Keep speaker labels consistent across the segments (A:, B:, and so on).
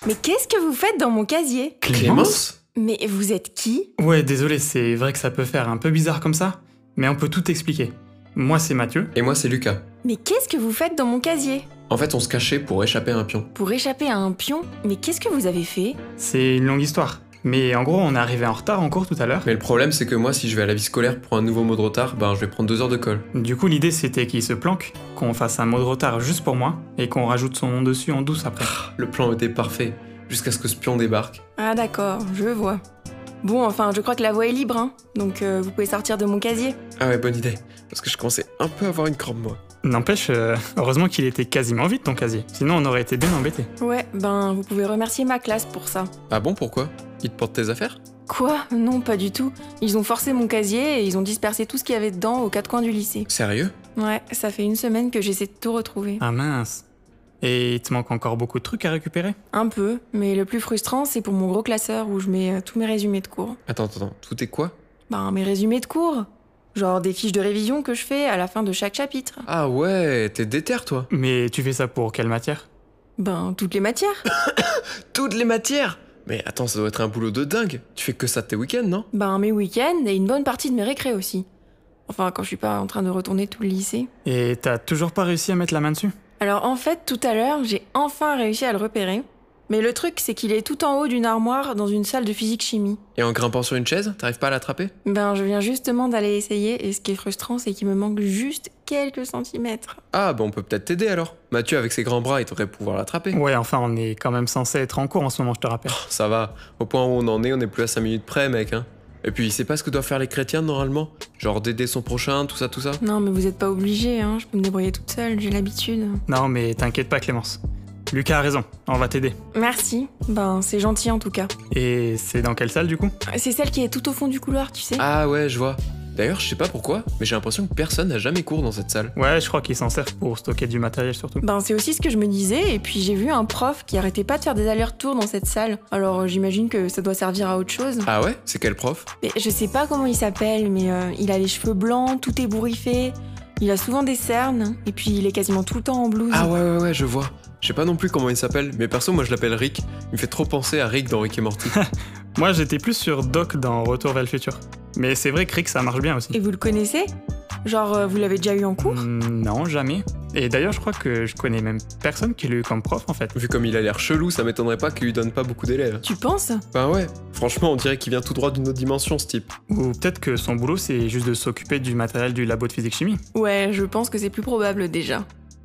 A: Mais qu'est-ce que vous faites dans mon casier?
B: Clémence?
A: Mais vous êtes qui?
C: Ouais, désolé, c'est vrai que ça peut faire un peu bizarre comme ça, mais on peut tout expliquer. Moi, c'est Mathieu.
B: Et moi, c'est Lucas.
A: Mais qu'est-ce que vous faites dans mon casier?
B: En fait, on se cachait pour échapper à un pion.
A: Pour échapper à un pion? Mais qu'est-ce que vous avez fait?
C: C'est une longue histoire. Mais en gros, on est arrivé en retard en cours tout à l'heure.
B: Mais le problème, c'est que moi, si je vais à la vie scolaire pour un nouveau mot de retard, ben je vais prendre 2 heures de colle.
C: Du coup, l'idée c'était qu'il se planque, qu'on fasse un mot de retard juste pour moi, et qu'on rajoute son nom dessus en douce après.
B: Le plan était parfait, jusqu'à ce que ce pion débarque.
A: Ah d'accord, je vois. Bon, enfin, je crois que la voie est libre, hein. Donc vous pouvez sortir de mon casier.
B: Ah ouais, bonne idée. Parce que je commençais un peu à avoir une crampe, moi.
C: N'empêche, heureusement qu'il était quasiment vide ton casier, sinon on aurait été bien embêtés.
A: Ouais, ben vous pouvez remercier ma classe pour ça.
B: Ah bon, pourquoi? Ils te portent tes affaires?
A: Quoi? Non, pas du tout. Ils ont forcé mon casier et ils ont dispersé tout ce qu'il y avait dedans aux 4 coins du lycée.
B: Sérieux?
A: Ouais, ça fait 1 semaine que j'essaie de tout retrouver.
C: Ah mince. Et il te manque encore beaucoup de trucs à récupérer?
A: Un peu, mais le plus frustrant, c'est pour mon gros classeur où je mets tous mes résumés de cours.
B: Attends, tout est quoi?
A: Ben, mes résumés de cours. Genre des fiches de révision que je fais à la fin de chaque chapitre.
B: Ah ouais, t'es déter, toi.
C: Mais tu fais ça pour quelle matière?
A: Ben, toutes les matières.
B: Toutes les matières? Mais attends, ça doit être un boulot de dingue. Tu fais que ça de tes week-ends, non?
A: Ben, mes week-ends et une bonne partie de mes récrés aussi. Enfin, quand je suis pas en train de retourner tout le lycée.
C: Et t'as toujours pas réussi à mettre la main dessus?
A: Alors en fait, tout à l'heure, j'ai enfin réussi à le repérer. Mais le truc, c'est qu'il est tout en haut d'une armoire dans une salle de physique-chimie.
B: Et en grimpant sur une chaise, t'arrives pas à l'attraper?
A: Ben, je viens justement d'aller essayer, et ce qui est frustrant, c'est qu'il me manque juste quelques centimètres.
B: Ah, bah on peut peut-être t'aider alors. Mathieu, avec ses grands bras, il devrait pouvoir l'attraper.
C: Ouais, enfin, on est quand même censé être en cours en ce moment, je te rappelle.
B: Ça va, au point où on en est plus à 5 minutes près, mec, hein. Et puis, c'est pas ce que doivent faire les chrétiens normalement? Genre d'aider son prochain, tout ça?
A: Non, mais vous êtes pas obligés, hein, je peux me débrouiller toute seule, j'ai l'habitude.
C: Non, mais t'inquiète pas, Clémence. Lucas a raison, on va t'aider.
A: Merci, ben c'est gentil en tout cas.
C: Et c'est dans quelle salle du coup?
A: C'est celle qui est tout au fond du couloir, tu sais.
B: Ah ouais, je vois. D'ailleurs, je sais pas pourquoi, mais j'ai l'impression que personne n'a jamais cours dans cette salle.
C: Ouais, je crois qu'ils s'en servent pour stocker du matériel surtout.
A: Ben c'est aussi ce que je me disais, et puis j'ai vu un prof qui arrêtait pas de faire des allers-retours dans cette salle. Alors j'imagine que ça doit servir à autre chose.
B: Ah ouais? C'est quel prof?
A: Mais je sais pas comment il s'appelle, mais il a les cheveux blancs, tout ébouriffé. Il a souvent des cernes, et puis il est quasiment tout le temps en blouse.
B: Ah ouais, je vois. Je sais pas non plus comment il s'appelle, mais perso, moi je l'appelle Rick. Il me fait trop penser à Rick dans Rick et Morty.
C: Moi, j'étais plus sur Doc dans Retour vers le futur. Mais c'est vrai que Rick, ça marche bien aussi.
A: Et vous le connaissez? Genre, vous l'avez déjà eu en cours?
C: Non, jamais. Et d'ailleurs, je crois que je connais même personne qui l'a eu comme prof en fait.
B: Vu comme il a l'air chelou, ça m'étonnerait pas qu'il lui donne pas beaucoup d'élèves.
A: Tu penses?
B: Bah ouais, franchement, on dirait qu'il vient tout droit d'une autre dimension, ce type.
C: Ou peut-être que son boulot, c'est juste de s'occuper du matériel du labo de physique-chimie.
A: Ouais, je pense que c'est plus probable déjà.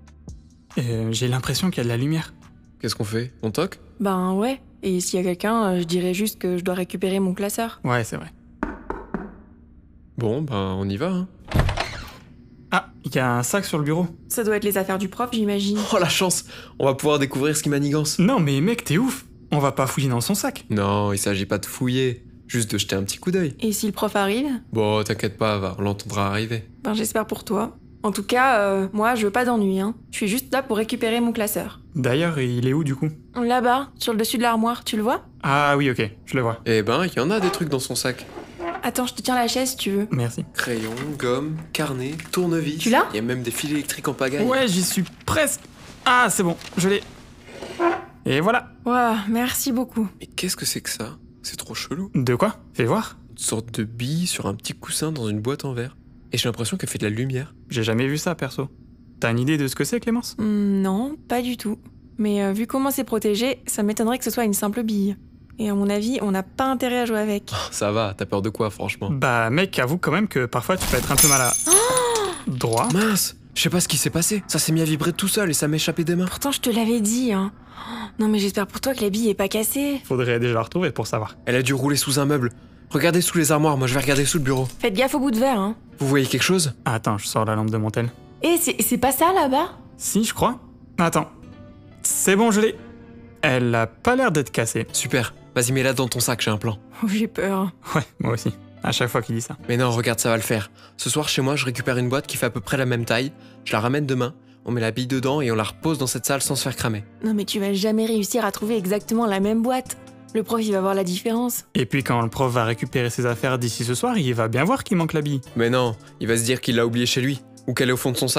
C: J'ai l'impression qu'il y a de la lumière.
B: Qu'est-ce qu'on fait? On toque?
A: Ben ouais, et s'il y a quelqu'un, je dirais juste que je dois récupérer mon classeur.
C: Ouais, c'est vrai.
B: Bon, ben on y va, hein.
C: Ah, il y a un sac sur le bureau.
A: Ça doit être les affaires du prof, j'imagine.
B: Oh la chance! On va pouvoir découvrir ce qui manigance.
C: Non mais mec, t'es ouf. On va pas fouiller dans son sac.
B: Non, il s'agit pas de fouiller, juste de jeter un petit coup d'œil.
A: Et si le prof arrive?
B: Bon, t'inquiète pas, on l'entendra arriver.
A: Ben j'espère pour toi. En tout cas, moi je veux pas d'ennui, hein. Je suis juste là pour récupérer mon classeur.
C: D'ailleurs, il est où du coup?
A: Là-bas, sur le dessus de l'armoire, tu le vois?
C: Ah oui, ok, je le vois.
B: Eh ben, il y en a des trucs dans son sac.
A: Attends, je te tiens la chaise si tu veux.
C: Merci.
B: Crayon, gomme, carnet, tournevis.
A: Tu l'as?
B: Il y a même des fils électriques en pagaille.
C: Ouais, j'y suis presque. Ah, c'est bon, je l'ai. Et voilà.
A: Waouh, merci beaucoup.
B: Mais qu'est-ce que c'est que ça? C'est trop chelou.
C: De quoi? Fais voir.
B: Une sorte de bille sur un petit coussin dans une boîte en verre. Et j'ai l'impression qu'elle fait de la lumière.
C: J'ai jamais vu ça, perso. T'as une idée de ce que c'est, Clémence?
A: Non, pas du tout. Mais vu comment c'est protégé, ça m'étonnerait que ce soit une simple bille. Et à mon avis, on n'a pas intérêt à jouer avec.
B: Ça va, t'as peur de quoi, franchement?
C: Bah, mec, avoue quand même que parfois tu peux être un peu malade. Droit?
B: Mince! Je sais pas ce qui s'est passé. Ça s'est mis à vibrer tout seul et ça m'est échappé des mains.
A: Pourtant, je te l'avais dit, hein. Non, mais j'espère pour toi que la bille est pas cassée.
C: Faudrait déjà la retrouver pour savoir.
B: Elle a dû rouler sous un meuble. Regardez sous les armoires, moi je vais regarder sous le bureau.
A: Faites gaffe au bout de verre, hein.
B: Vous voyez quelque chose?
C: Attends, je sors la lampe de mon tel.
A: Eh, c'est pas ça, là-bas?
C: Si, je crois. Attends. C'est bon, je l'ai. Elle a pas l'air d'être cassée.
B: Super. Vas-y, mets-la dans ton sac, j'ai un plan.
A: Oh, j'ai peur.
C: Ouais, moi aussi. À chaque fois qu'il dit ça.
B: Mais non, regarde, ça va le faire. Ce soir, chez moi, je récupère une boîte qui fait à peu près la même taille. Je la ramène demain, on met la bille dedans et on la repose dans cette salle sans se faire cramer.
A: Non, mais tu vas jamais réussir à trouver exactement la même boîte. Le prof, il va voir la différence.
C: Et puis quand le prof va récupérer ses affaires d'ici ce soir, il va bien voir qu'il manque la bille.
B: Mais non, il va se dire qu'il l'a oubliée chez lui, ou qu'elle est au fond de son sac.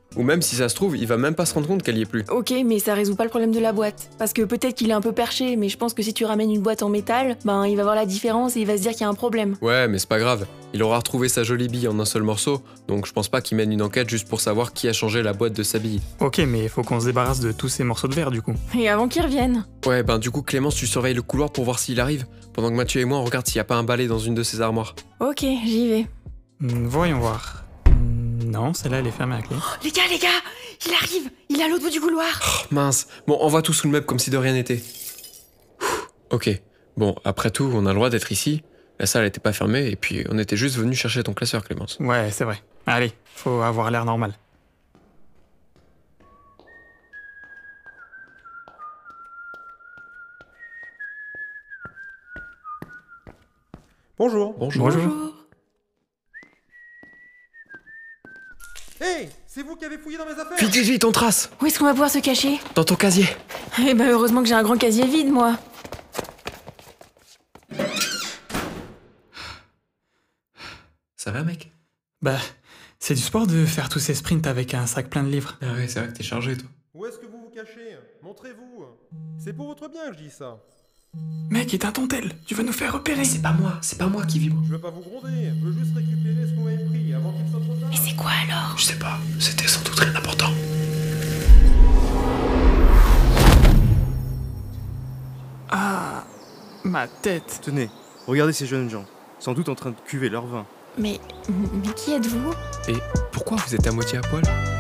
B: Ou même si ça se trouve, il va même pas se rendre compte qu'elle y est plus.
A: Ok, mais ça résout pas le problème de la boîte. Parce que peut-être qu'il est un peu perché, mais je pense que si tu ramènes une boîte en métal, ben il va voir la différence et il va se dire qu'il y a un problème.
B: Ouais, mais c'est pas grave. Il aura retrouvé sa jolie bille en un seul morceau, donc je pense pas qu'il mène une enquête juste pour savoir qui a changé la boîte de sa bille.
C: Ok, mais faut qu'on se débarrasse de tous ces morceaux de verre du coup.
A: Et avant qu'il revienne.
B: Ouais, ben du coup, Clémence, tu surveilles le couloir pour voir s'il arrive, pendant que Mathieu et moi on regarde s'il y a pas un balai dans une de ses armoires.
A: Ok, j'y vais.
C: Voyons voir. Non, celle-là elle est fermée à clé.
A: Les gars, il arrive. Il est à l'autre bout du couloir.
B: Oh, mince. Bon, on va tout sous le meuble comme si de rien n'était. Ok. Bon, après tout, on a le droit d'être ici. La salle était pas fermée et puis on était juste venu chercher ton classeur, Clémence.
C: Ouais, c'est vrai. Allez, faut avoir l'air normal.
D: Bonjour.
B: Bonjour.
D: Hey, c'est vous qui avez fouillé dans mes affaires?
B: Vite, vite, vite, on trace.
A: Où est-ce qu'on va pouvoir se cacher?
B: Dans ton casier.
A: Eh ben heureusement que j'ai un grand casier vide, moi.
B: Ça va, mec?
C: Bah, c'est du sport de faire tous ces sprints avec un sac plein de livres.
B: Ah ouais, c'est vrai que t'es chargé, toi.
D: Où est-ce que vous vous cachez? Montrez-vous. C'est pour votre bien que je dis ça.
C: Mec, éteins ton tel, tu vas nous faire repérer.
B: C'est pas moi qui vibre.
D: Je veux pas vous gronder, je veux juste récupérer ce que vous m'avez pris avant qu'il soit trop tard.
A: Mais c'est quoi alors?
B: Je sais pas, c'était sans doute rien d'important.
C: Ah, ma tête.
E: Tenez, regardez ces jeunes gens, sans doute en train de cuver leur vin.
A: Mais qui êtes-vous?
B: Et pourquoi vous êtes à moitié à poil?